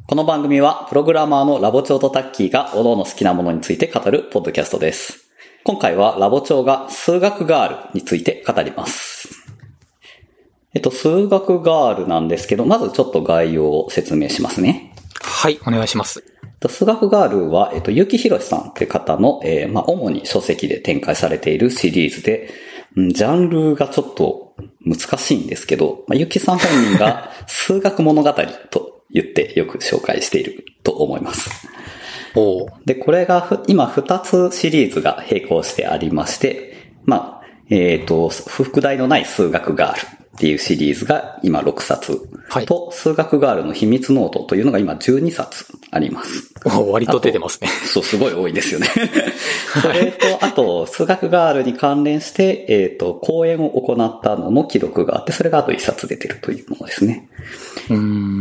この番組はプログラマーのラボ長とタッキーが各々好きなものについて語るポッドキャストです。今回はラボ長が数学ガールについて語ります。数学ガールなんですけど、まずちょっと概要を説明しますね。 はい、お願いします。 数学ガールは、結城宏さんという方の、主に書籍で展開されているシリーズで、ジャンルがちょっと難しいんですけど、結城さん本人が数学物語と言ってよく紹介していると思います。で、これが今2つシリーズが並行してありまして、副題のない数学ガールっていうシリーズが今6冊、はい、と数学ガールの秘密ノートというのが今12冊あります。 割と出てますね。 そう、すごい多いですよね。それと、あと、数学ガールに関連して、講演を行ったのの記録があって、それがあと1冊出てるというものですね。タ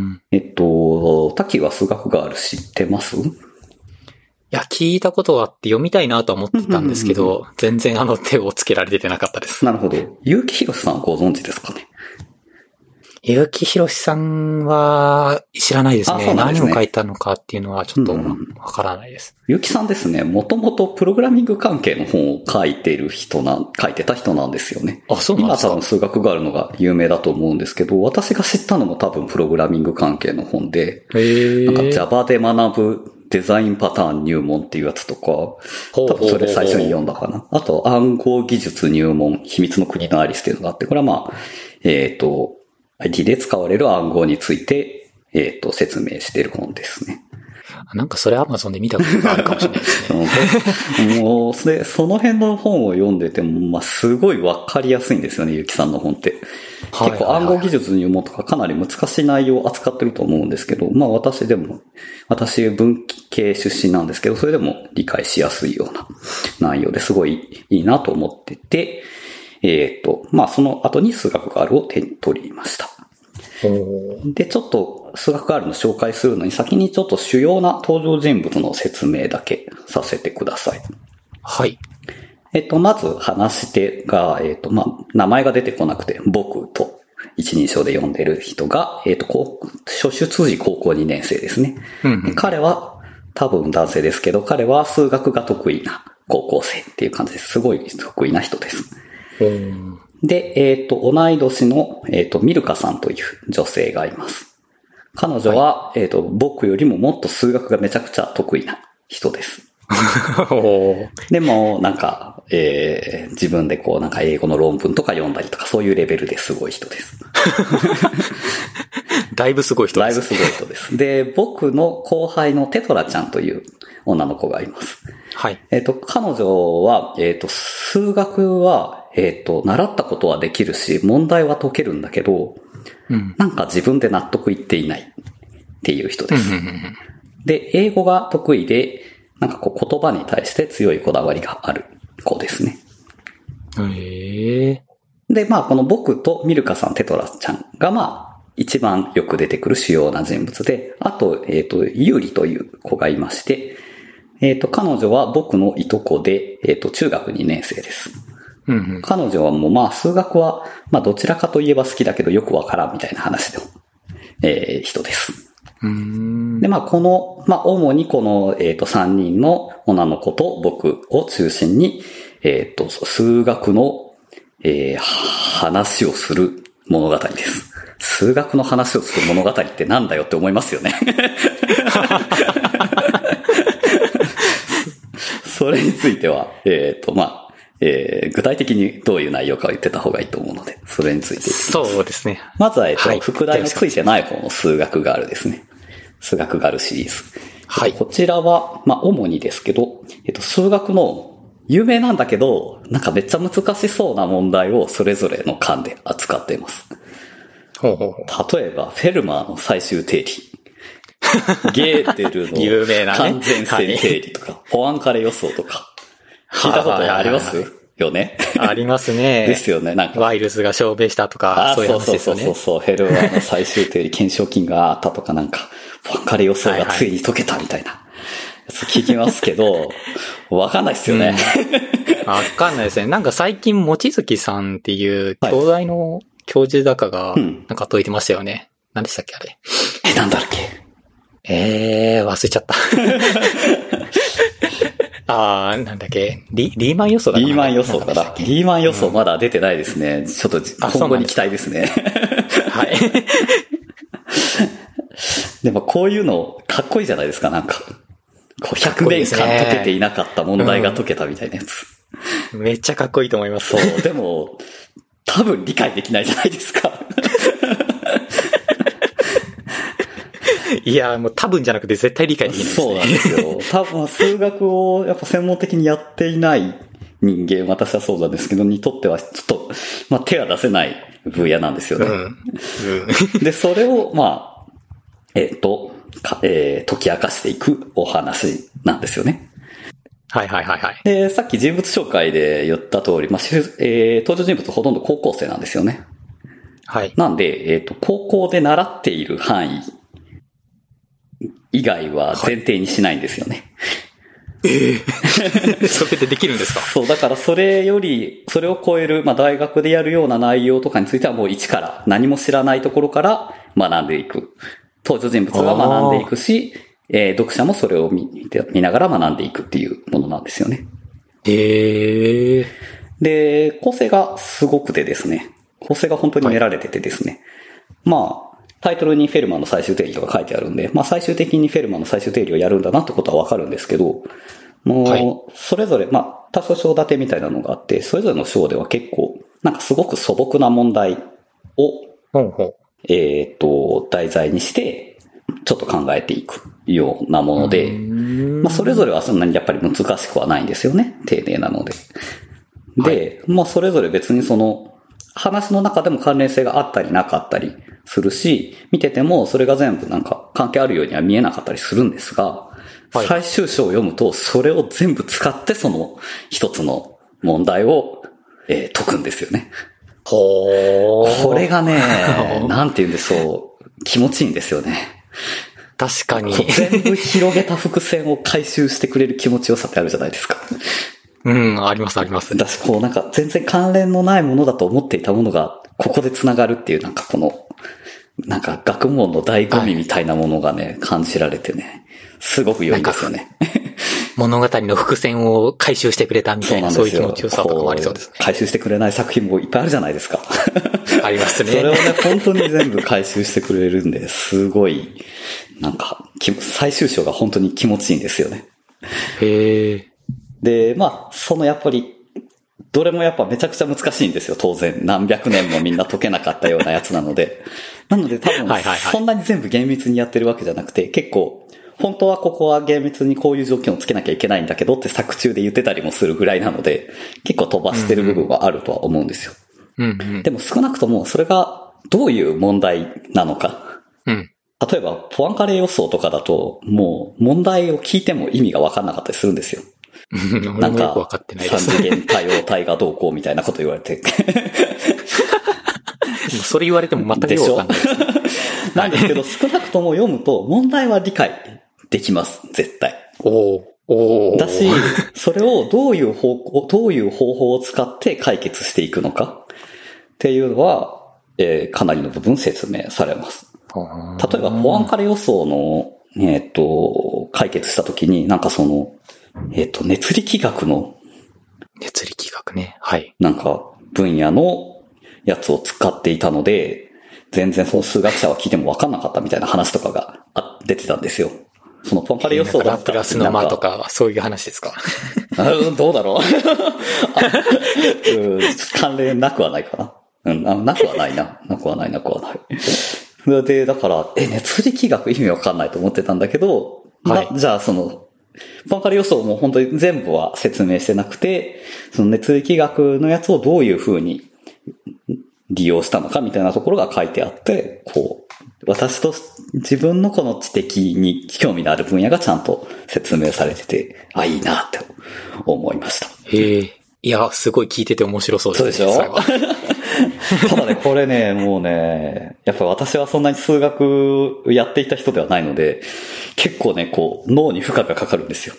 キは数学ガール知ってます？ いや、聞いたことはあって読みたいなと思ってたんですけど、全然手をつけられてなかったです。 なるほど。結城宏さんご存知ですかね？ 結城宏さんは知らないですね。何を書いたのかっていうのはちょっとわからないです。 結城さんですね、もともとプログラミング関係の本を書いてた人なんですよね。 あ、そうなんですか？ 今多分数学ガールのが有名だと思うんですけど、私が知ったのも多分プログラミング関係の本で、なんか Java で学ぶデザインパターン入門っていうやつとか、多分それ最初に読んだかな。あと暗号技術入門、秘密の国のアリスっていうのがあって、これはIT で使われる暗号について、説明している本ですね。 なんかそれ Amazon で見たことがあるかもしれないですね。 もう、その辺の本を読んでても、すごいわかりやすいんですよね、ゆきさんの本って。結構暗号技術入門とかかなり難しい内容を扱ってると思うんですけど、私文系出身なんですけど、それでも理解しやすいような内容ですごいいいなと思ってて、その後に数学ガールを手に取りました。で、ちょっと数学ガールの紹介するのに先にちょっと主要な登場人物の説明だけさせてください。 はい。 まず話し手が、名前が出てこなくて、僕と一人称で呼んでる人が、初出時高校2年生ですね。彼は多分男性ですけど、彼は数学が得意な高校生っていう感じです。すごい得意な人です。で、同い年の、ミルカさんという女性がいます。彼女は、僕よりももっと数学がめちゃくちゃ得意な人です。でも、自分で英語の論文とか読んだりとか、そういうレベルですごい人です。 だいぶすごい人です。 だいぶすごい人です。で、僕の後輩のテトラちゃんという女の子がいます。 はい。 彼女は、数学は、習ったことはできるし、問題は解けるんだけど、なんか自分で納得いっていないっていう人です。で、英語が得意で、言葉に対して強いこだわりがある子ですね。で、この僕とミルカさん、テトラちゃんが一番よく出てくる主要な人物で、あと、ユーリという子がいまして、彼女は僕のいとこで、中学2年生です。彼女はもう数学はどちらかといえば好きだけどよくわからんみたいな話の、人です。で、主にこの、3人の女の子と僕を中心に、数学の、話をする物語です。数学の話をする物語ってなんだよって思いますよね。それについては、具体的にどういう内容かを言ってた方がいいと思うので、それについていきます。 そうですね。 まずは、副題のついてない方の数学ガールですね。数学ガールシリーズ。はい。こちらは、主にですけど、数学の有名なんだけど、めっちゃ難しそうな問題をそれぞれの巻で扱っています。例えば、フェルマーの最終定理。ゲーテルの有名な完全性定理とか、ポアンカレ予想とか。聞いたことありますよね。 ありますね。 ですよね。 ワイルズが証明したとか、そういう話ですよね。 そう。フェルマーの最終定理、検証金があったとかポアンカレ予想がついに解けたみたいな。やつ聞きますけど、わかんないですよね。 わかんないですね。最近、望月さんっていう、東大の教授だかが、解いてましたよね。何でしたっけあれ。 なんだっけ忘れちゃった。なんだっけ、リーマン予想だリーマン予想かな。リーマン予想まだ出てないですね。ちょっと今後に期待ですね。 はい。 でもこういうのかっこいいじゃないですか、なんか。こう100年間解けていなかった問題が解けたみたいなやつ。 めっちゃかっこいいと思います。 そう、でも、多分理解できないじゃないですか。 いや、もう多分じゃなくて絶対理解できないですね。 そうなんですよ。多分数学をやっぱ専門的にやっていない人間、私はそうなんですけど、にとってはちょっと、手が出せない分野なんですよね。で、それを、解き明かしていくお話なんですよね。 はいはいはいはい。 で、さっき人物紹介で言った通り、登場人物ほとんど高校生なんですよね。 はい。 なんで、高校で習っている範囲以外は前提にしないんですよね。 それでできるんですか？ そう、だからそれを超える、大学でやるような内容とかについてはもう一から何も知らないところから学んでいく。登場人物が学んでいくし、読者もそれを見ながら学んでいくっていうものなんですよね。で、構成がすごくてですね。構成が本当に練られててですね。タイトルにフェルマーの最終定理とか書いてあるんで、最終的にフェルマーの最終定理をやるんだなってことはわかるんですけど、それぞれ、多少章立てみたいなのがあって、それぞれの章では結構、すごく素朴な問題を、題材にして、ちょっと考えていくようなもので、それぞれはそんなにやっぱり難しくはないんですよね。丁寧なので。で、それぞれ別にその、話の中でも関連性があったりなかったりするし、見ててもそれが全部関係あるようには見えなかったりするんですが、最終章を読むとそれを全部使ってその一つの問題を、解くんですよね。これがね、なんて言うんでしょう、気持ちいいんですよね。 確かに。 全部広げた伏線を回収してくれる気持ちよさってあるじゃないですか。 ありますあります。 だし、全然関連のないものだと思っていたものが、ここで繋がるっていう、学問の醍醐味みたいなものがね、感じられてね、すごく良いんですよね。 物語の伏線を回収してくれたみたいな、そういう気持ちよさとかもありそうですね。 回収してくれない作品もいっぱいあるじゃないですか。 ありますね。 それをね、本当に全部回収してくれるんで、すごい、最終章が本当に気持ちいいんですよね。で、やっぱり、どれもやっぱめちゃくちゃ難しいんですよ、当然。何百年もみんな解けなかったようなやつなので。なので多分、そんなに全部厳密にやってるわけじゃなくて、結構、本当はここは厳密にこういう条件をつけなきゃいけないんだけどって作中で言ってたりもするぐらいなので、結構飛ばしてる部分はあるとは思うんですよ。でも少なくともそれがどういう問題なのか。例えば、ポアンカレ予想とかだと、もう問題を聞いても意味が分かんなかったりするんですよ。 俺もよく分かってないです。 三次元多様体がどうこうみたいなこと言われて。 それ言われても全くよく分かんないです。 なんですけど、少なくとも読むと問題は理解できます、絶対。だし、それをどういう方法を使って解決していくのかっていうのは、かなりの部分説明されます。例えば、ポアンカレ予想の、解決したときに、熱力学の。 熱力学ね。はい。 分野のやつを使っていたので、全然その数学者は聞いても分かんなかったみたいな話とかが出てたんですよ。そのポアンカレ予想だったら。 ラプラスの間とか、そういう話ですか。 どうだろう。関連なくはないかな。なくはない。で、だから、熱力学意味わかんないと思ってたんだけど、じゃあポアンカレ予想も本当に全部は説明してなくて、その熱力学のやつをどういう風に利用したのかみたいなところが書いてあって、私と自分のこの知的に興味のある分野がちゃんと説明されてて、いいなって思いました。 いや、すごい聞いてて面白そうですね。 そうでしょただね、これね、もうね、やっぱり私はそんなに数学やっていた人ではないので、結構ね、脳に負荷がかかるんですよ。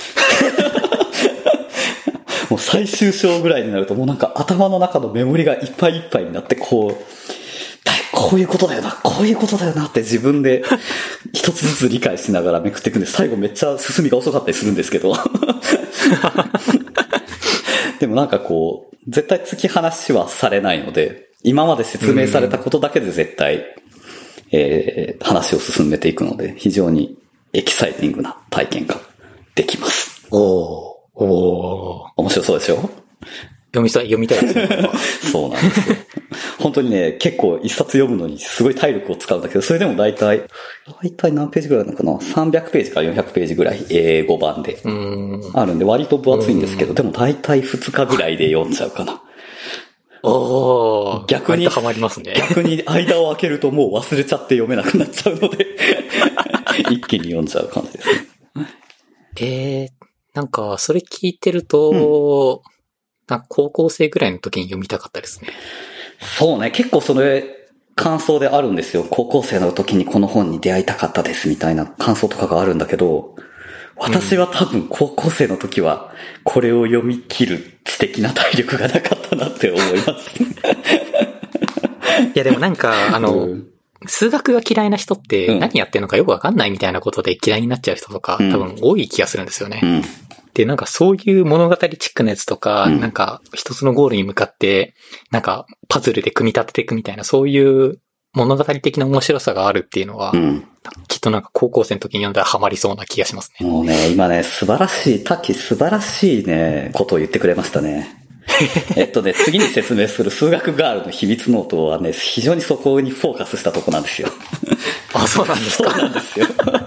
もう最終章ぐらいになると、もう頭の中のメモリがいっぱいいっぱいになって、ここういうことだよな、こういうことだよなって自分で一つずつ理解しながらめくっていくんで、最後めっちゃ進みが遅かったりするんですけど。でもなんかこう、絶対突き放しはされないので、今まで説明されたことだけで絶対、話を進めていくので、非常にエキサイティングな体験ができます。 面白そうでしょ？ 読みたいですね。 そうなんですよ。本当にね、結構一冊読むのにすごい体力を使うんだけど、それでも大体何ページぐらいなのかな？ 300 ページから400ページぐらい英語版であるんで、割と分厚いんですけど、でも大体2日ぐらいで読んじゃうかな。 逆にハマりますね。 逆に間を空けるともう忘れちゃって読めなくなっちゃうので、一気に読んじゃう感じですね。 なんか、それ聞いてると、なんか高校生ぐらいの時に読みたかったですね。 そうね、結構それ、感想であるんですよ。高校生の時にこの本に出会いたかったですみたいな感想とかがあるんだけど、私は多分高校生の時はこれを読み切る知的な体力がなかったなって思います。 いやでもなんか、数学が嫌いな人って何やってんのかよくわかんないみたいなことで嫌いになっちゃう人とか多分多い気がするんですよね。で、なんかそういう物語チックなやつとか、なんか一つのゴールに向かって、なんかパズルで組み立てていくみたいな、そういう物語的な面白さがあるっていうのは、きっとなんか高校生の時に読んだらハマりそうな気がしますね。 もうね、今ね、タッキー素晴らしいね、ことを言ってくれましたね。次に説明する数学ガールの秘密ノートはね、非常にそこにフォーカスしたとこなんですよ。 あ、そうなんですか。 そうなんですよ。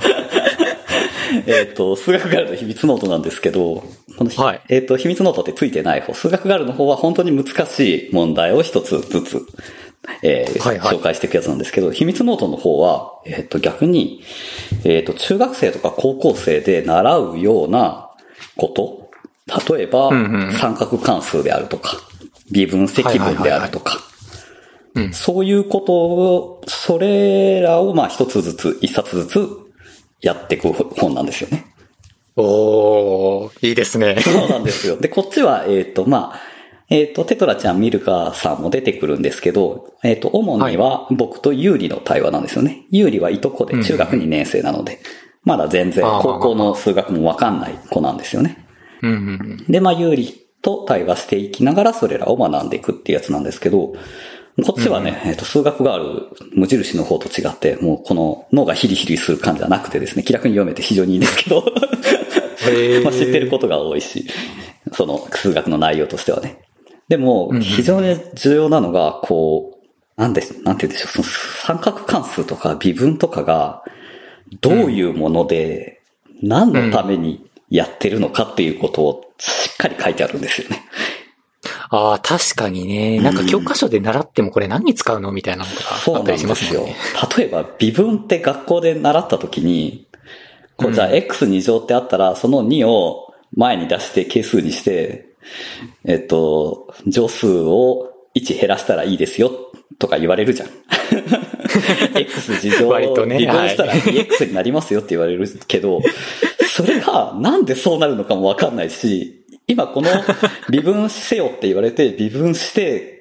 数学ガールの秘密ノートなんですけど、 はい。 秘密ノートってついてない方、数学ガールの方は本当に難しい問題を一つずつ、紹介していくやつなんですけど、秘密ノートの方は、逆に、中学生とか高校生で習うようなこと、例えば、三角関数であるとか、微分積分であるとか、そういうことを、それらを一冊ずつやっていく本なんですよね。 いいですね。 そうなんですよ。で、こっちは、テトラちゃん、ミルカさんも出てくるんですけど、主には僕とユーリの対話なんですよね。ユーリはいとこで中学2年生なので、まだ全然高校の数学もわかんない子なんですよね。で、ユーリと対話していきながらそれらを学んでいくっていうやつなんですけど、こっちはね、数学がある無印の方と違って、もうこの脳がヒリヒリする感じじゃなくてですね、気楽に読めて非常にいいんですけど、知ってることが多いし、その数学の内容としてはね。でも、非常に重要なのが、なんて言うんでしょう、その三角関数とか微分とかが、どういうもので、何のためにやってるのかっていうことをしっかり書いてあるんですよね。 確かにね。なんか教科書で習ってもこれ何に使うのみたいなのとかあったりしますよね。 例えば、微分って学校で習った時に、じゃあ x2 乗ってあったら、その2を前に出して係数にして、乗数を1減らしたらいいですよとか言われるじゃん。x 乗を微分したら 2x になりますよって言われるけど、それがなんでそうなるのかもわかんないし、今この微分せよって言われて微分して、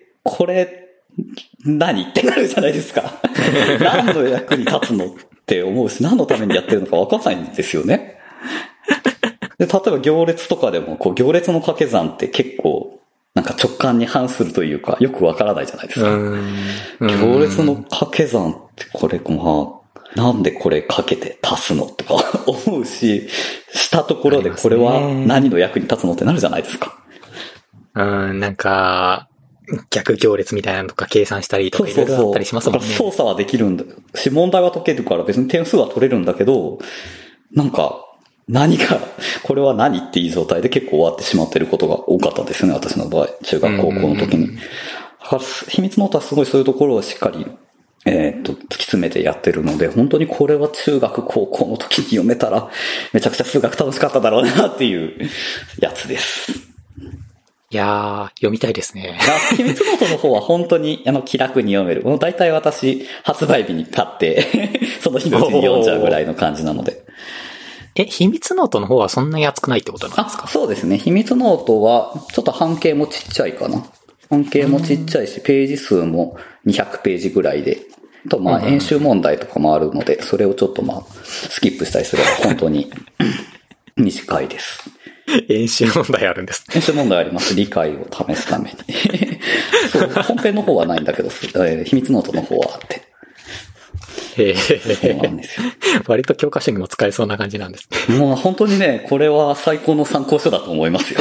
これ何ってなるじゃないですか。何の役に立つのって思うし、何のためにやってるのかわかんないんですよね。で、例えば行列とかでも、行列の掛け算って結構、なんか直感に反するというか、よくわからないじゃないですか。行列の掛け算ってこれ、なんでこれかけて足すのとか思うし、したところでこれは何の役に立つのってなるじゃないですか。 なんか、逆行列みたいなのとか計算したりとかいろいろあったりしますもんね。 操作はできるんだし、問題は解けるから別に点数は取れるんだけど、なんか、これは何っていう状態で結構終わってしまってることが多かったですね、私の場合。中学高校の時に。だから秘密ノートはすごいそういうところをしっかり、突き詰めてやってるので、本当にこれは中学高校の時に読めたら、めちゃくちゃ数学楽しかっただろうなっていうやつです。 いやー、読みたいですね。 秘密ノートの方は本当に気楽に読める。もう大体私、発売日に買って、その日のうちに読んじゃうぐらいの感じなので。 秘密ノートの方はそんなに厚くないってことなんですか？ そうですね。秘密ノートは、ちょっと半径もちっちゃいかな。半径もちっちゃいし、ページ数も200ページぐらいで、 あとまあ演習問題とかもあるので、それをちょっとまあスキップしたりすれば本当に短いです。 演習問題あるんですね。 演習問題あります。理解を試すために。そう、本編の方はないんだけど、秘密ノートの方はあって。そうなんですよ。 割と教科書にも使えそうな感じなんですね。 もう本当にね、これは最高の参考書だと思いますよ。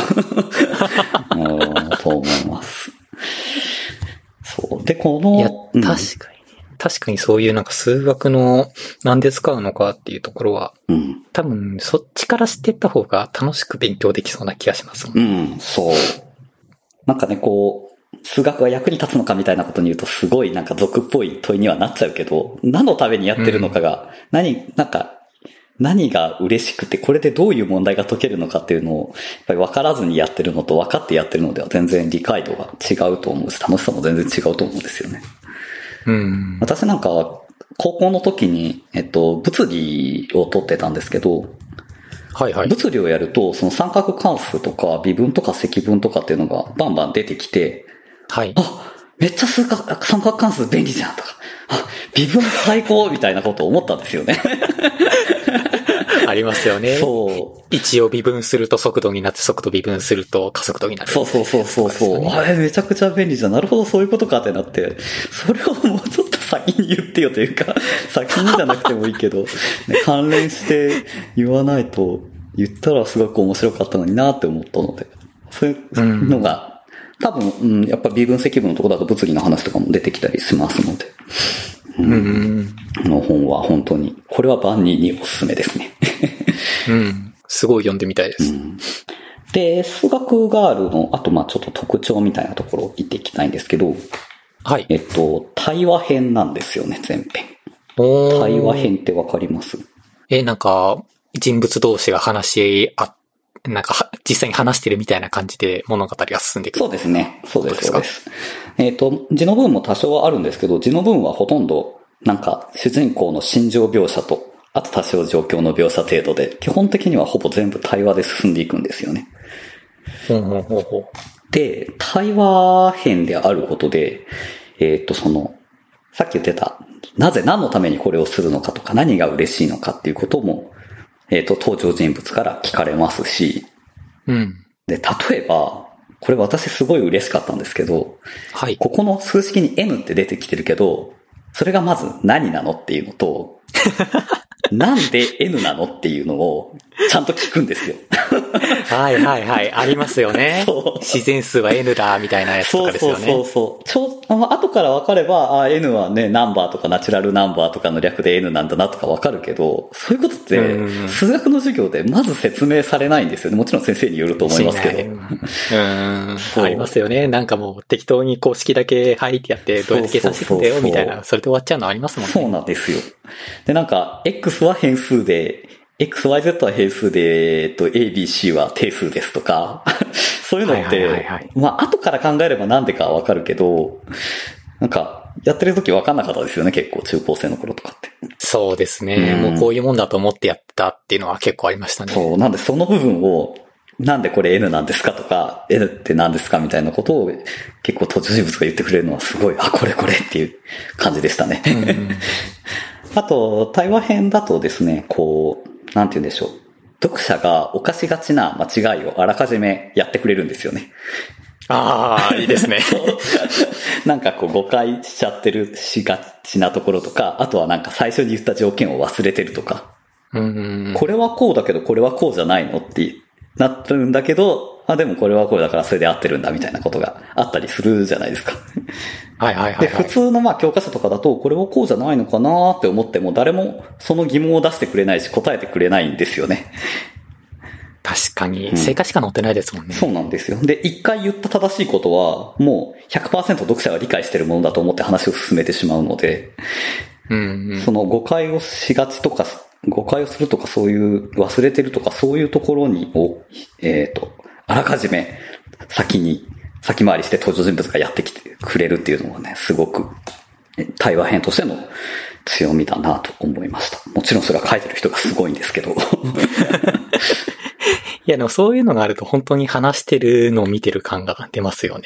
と思います。そう。で、 いや、確かにそういうなんか数学のなんで使うのかっていうところは、多分そっちから知っていった方が楽しく勉強できそうな気がします。 そう。なんかね、こう、数学が役に立つのかみたいなことに言うとすごいなんか俗っぽい問いにはなっちゃうけど、何のためにやってるのかが、何が嬉しくて、これでどういう問題が解けるのかっていうのを、やっぱり分からずにやってるのと分かってやってるのでは全然理解度が違うと思うし、楽しさも全然違うと思うんですよね。私なんか、高校の時に、物理を取ってたんですけど、物理をやると、その三角関数とか微分とか積分とかっていうのがバンバン出てきて、めっちゃ三角関数便利じゃんとか、微分最高みたいなことを思ったんですよね。 ありますよね。 そう。 一応微分すると速度になって、速度微分すると加速度になる。 そう。めちゃくちゃ便利じゃん。なるほど、そういうことかってなって、それをもうちょっと先に言ってよというか、先にじゃなくてもいいけど、ね、関連して言わないと、言ったらすごく面白かったのになって思ったので、そういうのが、多分、やっぱ微分積分のところだと物理の話とかも出てきたりしますので、の本は本当に、これは万人におすすめですね。 すごい読んでみたいです。 で、数学ガールの、あとまあちょっと特徴みたいなところを言っていきたいんですけど、対話編なんですよね、全編。対話編ってわかります？ なんか、人物同士がなんか、実際に話してるみたいな感じで物語が進んでいく。 そうですね。そうです。字の文も多少はあるんですけど、字の文はほとんど、なんか、主人公の心情描写と、あと多少状況の描写程度で、基本的にはほぼ全部対話で進んでいくんですよね。で、対話編であることで、さっき言ってた、何のためにこれをするのかとか、何が嬉しいのかっていうことも、登場人物から聞かれますし、で、例えば、これ私すごい嬉しかったんですけど、ここの数式に N って出てきてるけど、それがまず何なのっていうのと、なんで N なのっていうのをちゃんと聞くんですよ。 ありますよね。自然数は N だみたいなやつとかですよね。 後から分かれば、N はね、ナンバーとかナチュラルナンバーとかの略で N なんだなとか分かるけど、そういうことって数学の授業でまず説明されないんですよね。もちろん先生によると思いますけど。 ありますよね。なんかもう適当に公式だけ入ってやってどうやって計算してるんだよみたいな、それで終わっちゃうのありますもんね。 そうなんですよ。で、なんか、X は変数で、XYZ は変数で、ABC は定数ですとか、そういうのって、後から考えればなんでかわかるけど、なんか、やってる時わかんなかったですよね、結構、中高生の頃とかって。 そうですね。もうこういうもんだと思ってやったっていうのは結構ありましたね。 そう、なんでその部分を、なんでこれ N なんですかとか、N って何ですかみたいなことを結構登場人物が言ってくれるのはすごい、これっていう感じでしたね。あと、対話編だとですね、なんて言うんでしょう。読者が犯しがちな間違いをあらかじめやってくれるんですよね。 いいですね。 なんか誤解しがちなところとか、あとはなんか最初に言った条件を忘れてるとか。これはこうだけどこれはこうじゃないのってなってるんだけど、でもこれはこうだからそれで合ってるんだみたいなことがあったりするじゃないですか。で、普通の教科書とかだと、これはこうじゃないのかなって思っても、誰もその疑問を出してくれないし、答えてくれないんですよね。 確かに、正解しか載ってないですもんね。 そうなんですよ。で、一回言った正しいことは、もう 100% 読者が理解してるものだと思って話を進めてしまうので、その誤解をしがちとか、誤解をするとかそういう忘れてるとかそういうところあらかじめ先回りして登場人物がやってきてくれるっていうのはね、すごく対話編としての強みだなと思いました。もちろんそれは書いてる人がすごいんですけど。 いやでもそういうのがあると本当に話してるのを見てる感が出ますよね。 うん。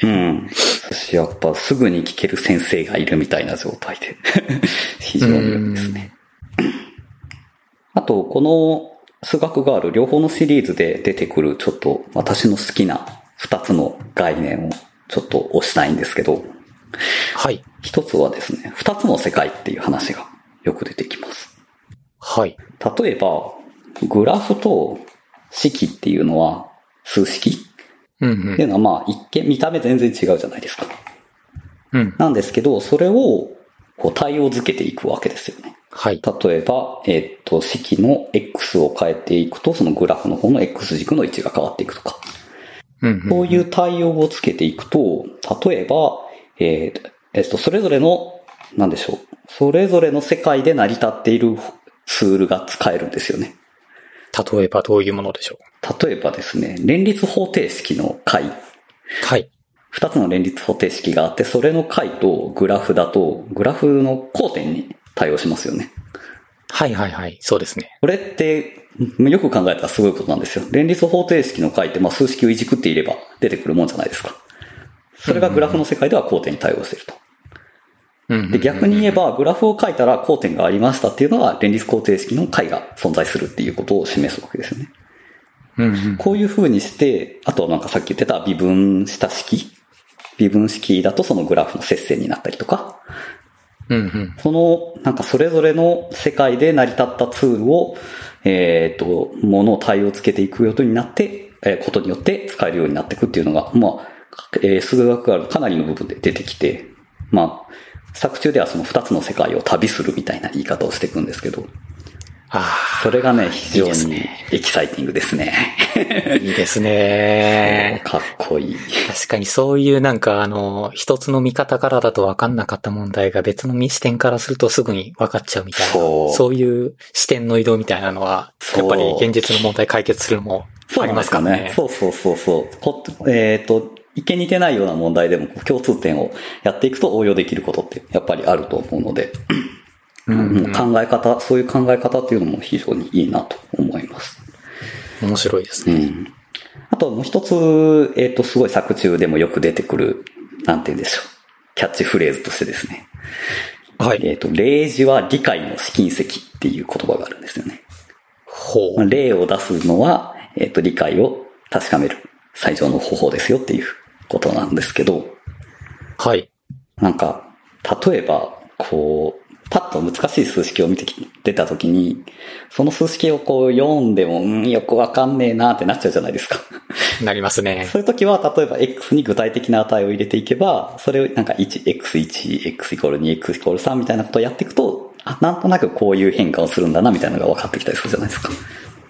私やっぱすぐに聞ける先生がいるみたいな状態で非常に良いですね。あと、この数学ガール両方のシリーズで出てくるちょっと私の好きな2つの概念をちょっと推したいんですけど、 はい。 一つはですね、2つの世界っていう話がよく出てきます。 はい。 例えば、グラフと式っていうのは数式っていうのはまあ一見見た目全然違うじゃないですか。 うん。 なんですけど、それをこう対応づけていくわけですよね。 はい。 例えば、式の X を変えていくと、そのグラフの方の X 軸の位置が変わっていくとか。そういう対応をつけていくと、例えば、それぞれの、なんでしょう。それぞれの世界で成り立っているツールが使えるんですよね。 例えばどういうものでしょう。例えばですね、連立方程式の解。 はい。 二つの連立方程式があって、それの解とグラフだと、グラフの交点に対応しますよね。 はいはいはい。そうですね。 これって、よく考えたらすごいことなんですよ。連立方程式の解って、まあ数式をいじくっていれば出てくるもんじゃないですか。それがグラフの世界では交点に対応していると。で、逆に言えば、グラフを書いたら交点がありましたっていうのは、連立方程式の解が存在するっていうことを示すわけですよね。こういう風にして、あとはなんかさっき言ってた微分した式。微分式だとそのグラフの接線になったりとか。その、なんかそれぞれの世界で成り立ったツールを、ものを対応つけていくことになって、ことによって使えるようになっていくっていうのが、まあ、数学がかなりの部分で出てきて、まあ、作中ではその2つの世界を旅するみたいな言い方をしていくんですけど。それがね、非常にエキサイティングですね。 いいですね。 かっこいい。 確かにそういうなんか一つの見方からだと分かんなかった問題が別の視点からするとすぐに分かっちゃうみたいな。そういう視点の移動みたいなのは、やっぱり現実の問題解決するのもありますからね。 そう。一見似てないような問題でも共通点をやっていくと応用できることってやっぱりあると思うので、考え方、そういう考え方っていうのも非常にいいなと思います。 面白いですね。 あともう一つ、すごい作中でもよく出てくる、なんて言うんでしょう。キャッチフレーズとしてですね。 はい。 例示は理解の試金石っていう言葉があるんですよね。例を出すのは、理解を確かめる最上の方法ですよっていうことなんですけど。 はい。 なんか、例えば、こう、パッと難しい数式を見て出たときに、その数式をこう読んでも、よくわかんねえなってなっちゃうじゃないですか。 なりますね。 そういうときは、例えば X に具体的な値を入れていけば、それをなんか 1x1、x イコール2、x イコール3みたいなことをやっていくと、なんとなくこういう変化をするんだなみたいなのが分かってきたりするじゃないですか。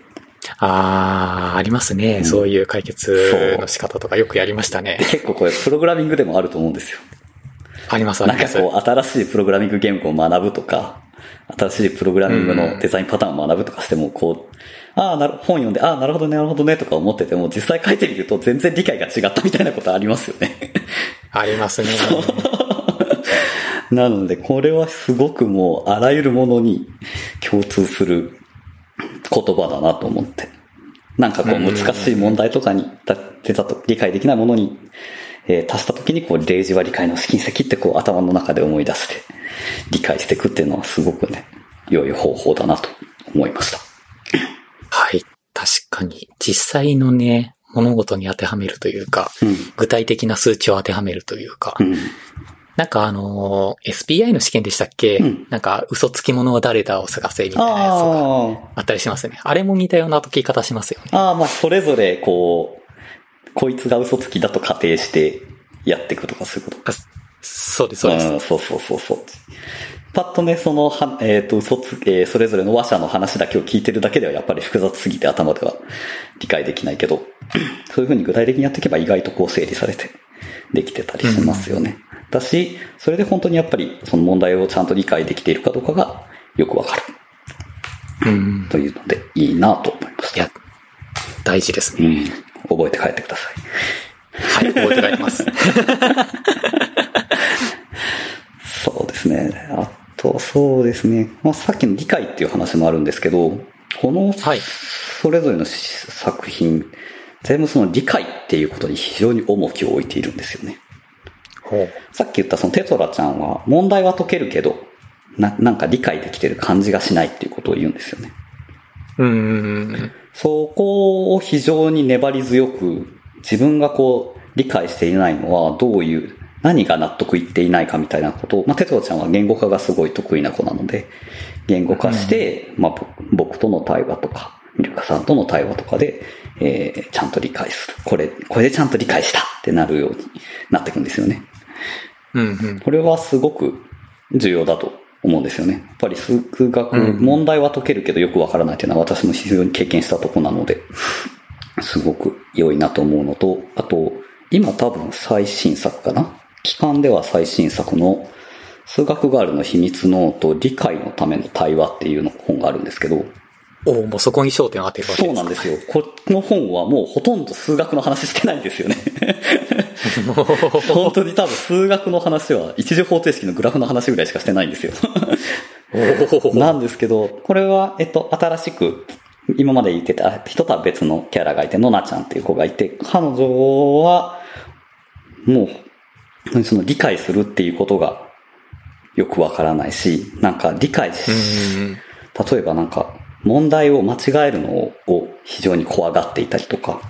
ありますね。そういう解決の仕方とかよくやりましたね。 結構これプログラミングでもあると思うんですよ。 あります。 なんかこう、新しいプログラミング言語を学ぶとか、新しいプログラミングのデザインパターンを学ぶとかしても、こう、本読んで、なるほどね、とか思ってても、実際書いてみると全然理解が違ったみたいなことありますよね。 ありますね。 なので、これはすごくもう、あらゆるものに共通する言葉だなと思って。なんかこう、難しい問題とかに出たと理解できないものに、足した時にこう、例示は理解の試金石ってこう、頭の中で思い出して、理解していくっていうのはすごくね、良い方法だなと思いました。 はい。確かに、実際のね、物事に当てはめるというか、具体的な数値を当てはめるというか、なんかSPI の試験でしたっけ、なんか嘘つき者は誰だを探せみたいなやつとかあったりしますね。あれも似たような解き方しますよね。 まあそれぞれこう、こいつが嘘つきだと仮定してやっていくとかそういうこと。 そうです、そうです。 そう。パッとね、その、それぞれの話者の話だけを聞いてるだけではやっぱり複雑すぎて頭では理解できないけど、そういう風に具体的にやっていけば意外とこう整理されてできてたりしますよね。だし、それで本当にやっぱりその問題をちゃんと理解できているかどうかがよくわかる。というのでいいなと思います。 いや、大事ですね。 覚えて帰ってください。はい、覚えて帰ります。 そうですね。あと、そうですね。さっきの理解っていう話もあるんですけど、 この、それぞれの作品、全部その理解っていうことに非常に重きを置いているんですよね。さっき言ったそのテトラちゃんは問題は解けるけど、なんか理解できてる感じがしないっていうことを言うんですよね。そこを非常に粘り強く、自分がこう理解していないのはどういう、何が納得いっていないかみたいなことを、テトラちゃんは言語化がすごい得意な子なので、言語化して、僕との対話とか、ミルカさんとの対話とかで、ちゃんと理解する。これでちゃんと理解したってなるようになっていくんですよね。これはすごく重要だと思うんですよね。やっぱり数学、問題は解けるけどよくわからないというのは私も非常に経験したとこなので、すごく良いなと思うのと、あと、今多分最新作かな？期間では最新作の数学ガールの秘密ノート理解のための対話っていうの本があるんですけど、 もうそこに焦点を当てるわけですか？ そうなんですよ。この本はもうほとんど数学の話してないんですよね。本当に多分数学の話は一次方程式のグラフの話ぐらいしかしてないんですよ。なんですけど、これは、新しく、今まで言ってた人とは別のキャラがいて、ノナちゃんっていう子がいて、彼女は、もう、その理解するっていうことがよくわからないし、なんか理解例えばなんか、問題を間違えるのを非常に怖がっていたりとか。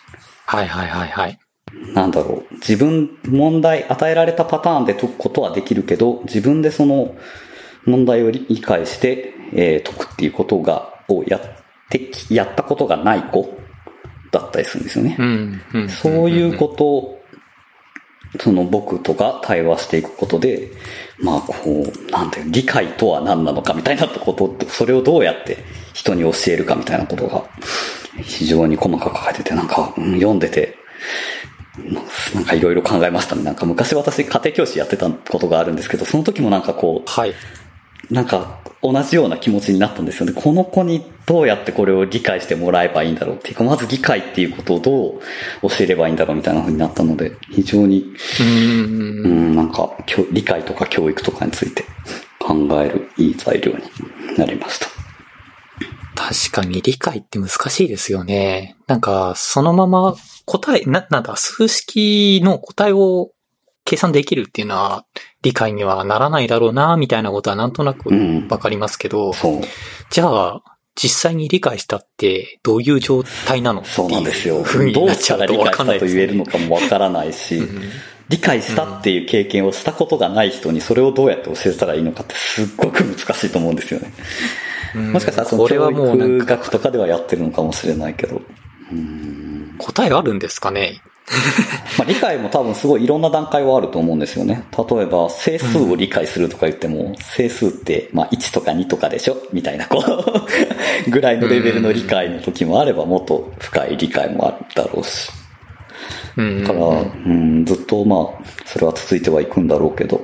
なんだろう。問題、与えられたパターンで解くことはできるけど、自分でその問題を理解して、解くっていうことをやったことがない子だったりするんですよね。そういうことを、その僕とか対話していくことで、理解とは何なのかみたいなこと、それをどうやって人に教えるかみたいなことが非常に細かく書いてて、なんか、読んでて、なんかいろいろ考えましたね。なんか昔私家庭教師やってたことがあるんですけど、その時もなんかなんか同じような気持ちになったんですよね。この子にどうやってこれを理解してもらえばいいんだろうっていうか、まず理解っていうことをどう教えればいいんだろうみたいな風になったので、非常に、なんか理解とか教育とかについて考えるいい材料になりました。 確かに理解って難しいですよね。なんかそのまま数式の答えを計算できるっていうのは理解にはならないだろうな、みたいなことはなんとなくわかりますけど、じゃあ、実際に理解したってどういう状態なのっていうそうなんですよ。どうしたら理解したと言えるのかもわからないし、理解したっていう経験をしたことがない人にそれをどうやって教えたらいいのかってすっごく難しいと思うんですよね。もしかしたらその教育学とかではやってるのかもしれないけど。 答えあるんですかね？ 理解も多分すごいいろんな段階はあると思うんですよね。例えば整数を理解するとか言っても、整数って1とか2とかでしょみたいなぐらいのレベルの理解の時もあれば、もっと深い理解もあるだろうし。だから、ずっとそれは続いてはいくんだろうけど。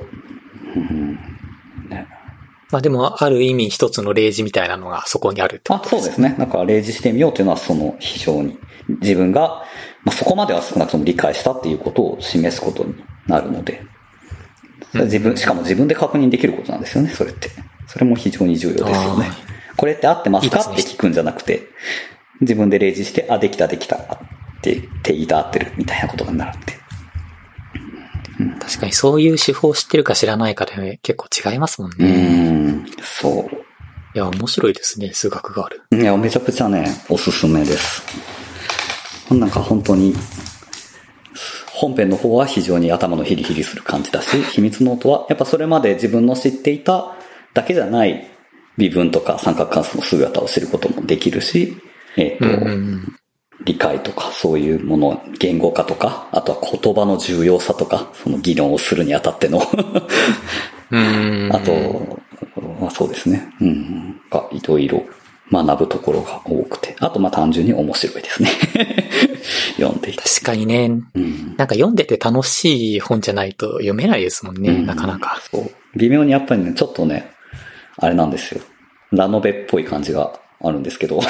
でも、ある意味一つの例示みたいなのがそこにあるってことですね。 そうですね。なんか例示してみようというのは非常に自分が、そこまでは少なくとも理解したっていうことを示すことになるので、しかも自分で確認できることなんですよね、それって。それも非常に重要ですよね。これって合ってますかって聞くんじゃなくて、自分で例示して、できたって言いた合ってるみたいなことになるって。 確かにそういう手法を知ってるか知らないかで結構違いますもんね。 そう。 いや、面白いですね、数学がある。 いや、めちゃくちゃね、おすすめです。なんか本当に、本編の方は非常に頭のヒリヒリする感じだし、秘密ノートはやっぱそれまで自分の知っていただけじゃない微分とか三角関数の姿を知ることもできるし、理解とかそういうもの、言語化とか、あとは言葉の重要さとか、その議論をするにあたってのあと、そうですね。いろいろ学ぶところが多くて。あと単純に面白いですね。読んでいて。 確かにね、なんか読んでて楽しい本じゃないと読めないですもんね、なかなか。 そう。微妙にやっぱりね、ちょっとね、あれなんですよ。ラノベっぽい感じがあるんですけど。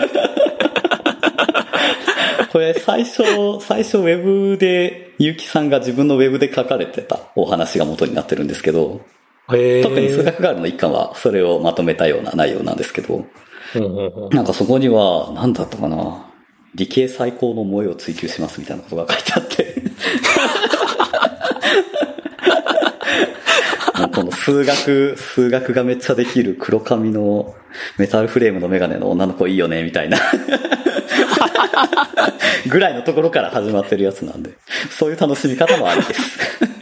これ最初ウェブで、ゆうきさんが自分のウェブで書かれてたお話が元になってるんですけど、特に数学ガールの一巻はそれをまとめたような内容なんですけど、 なんかそこには、なんだったかな。理系最高の萌えを追求しますみたいなことが書いてあって。もうこの数学がめっちゃできる黒髪のメタルフレームのメガネの女の子いいよね、みたいな。ぐらいのところから始まってるやつなんで、そういう楽しみ方もありです。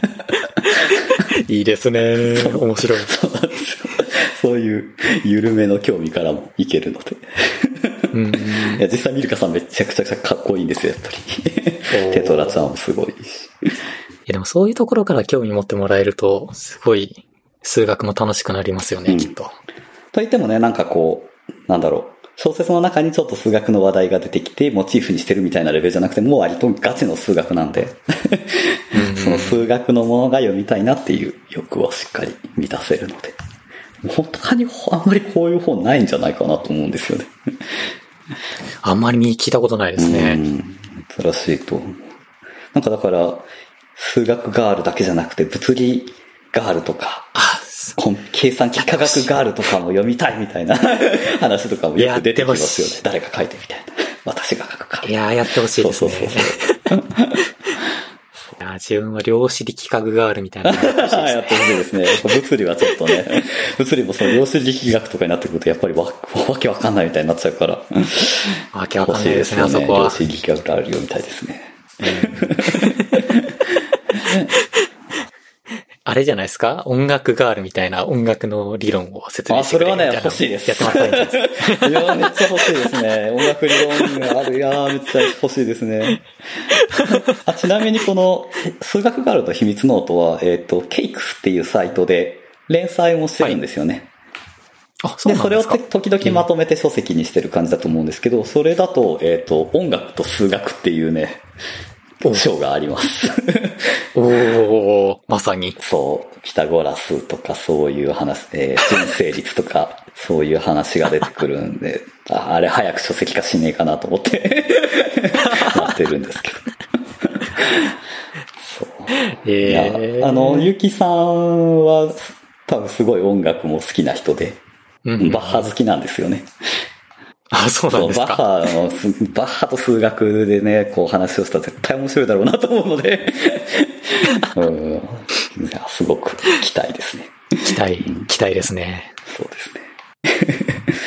いいですね。面白い。 そうなんですよ。そういう緩めの興味からもいけるので。いや実際ミルカさんめちゃくちゃかっこいいんですよ、やっぱり。テトラちゃんもすごいし。 でもそういうところから興味持ってもらえると、すごい数学も楽しくなりますよね、きっと。 と言ってもね、なんかこう、なんだろう。小説の中にちょっと数学の話題が出てきて、モチーフにしてるみたいなレベルじゃなくて、もう割とガチの数学なんで、その数学のものが読みたいなっていう欲をしっかり満たせるので、他にあんまりこういう本ないんじゃないかなと思うんですよね。 あんまり聞いたことないですね。 珍しいと思う。なんかだから、数学ガールだけじゃなくて、物理ガールとか、計算機科学ガールとかも読みたいみたいな話とかもよく出てきますよね。誰が書いてみたいな。私が書くから。 いやー、やってほしいですね。そういや自分は量子力学ガールみたいな、ね。 やってほしいですね。物理はちょっとね、物理もその量子力学とかになってくるとやっぱりわけわかんないみたいになっちゃうから。 わけわかんないですね、あそこは。 量子力学ガール読みたいですね。 あれじゃないですか？音楽ガールみたいな音楽の理論を説明してくれるみたいな。 それはね、欲しいです。 やってもらったらいいんじゃないですか。 いや、めっちゃ欲しいですね。音楽理論がある。いやめっちゃ欲しいですね。ちなみにこの、数学ガールと秘密ノートは、ケイクスっていうサイトで連載もしてるんですよね。 はい、そうなんですか？ で、それを時々まとめて書籍にしてる感じだと思うんですけど、それだと、音楽と数学っていうね、章があります。 まさに。 そう。ピタゴラスとかそういう話、純正律とか、そういう話が出てくるんで、あれ早く書籍化しねえかなと思って待ってるんですけど。そう。いや、ゆきさんは多分すごい音楽も好きな人で、バッハ好きなんですよね。 あ、そうなんですか。 バッハと数学でね、こう話をしたら絶対面白いだろうなと思うので、すごく期待ですね。 期待ですね。 そうですね。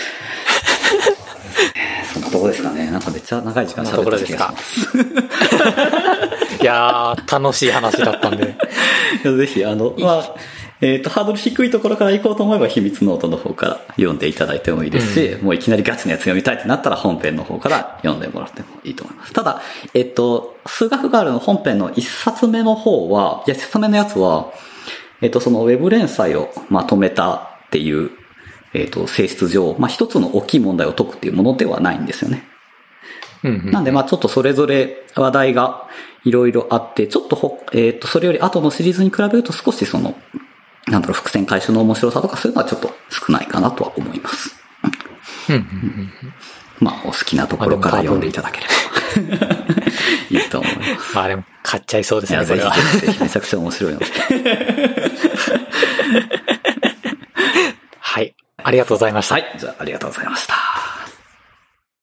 そんなとこですかね。なんかめっちゃ長い時間喋った気がします。 いやー、楽しい話だったんで。 ぜひ、ハードル低いところから行こうと思えば秘密ノートの方から読んでいただいてもいいですし、もういきなりガチのやつ読みたいってなったら本編の方から読んでもらってもいいと思います。ただ、数学ガールの本編の一冊目の方は、一冊目のやつは、そのウェブ連載をまとめたっていう、性質上、一つの大きい問題を解くっていうものではないんですよね。なんでちょっとそれぞれ話題がいろいろあって、ちょっとそれより後のシリーズに比べると少し伏線回収の面白さとかそういうのはちょっと少ないかなとは思います。お好きなところから読んでいただければいいと思います。 でも買っちゃいそうですね、これは。 ぜひめちゃくちゃ面白いので。 はい。ありがとうございました。 はい。じゃあありがとうございました。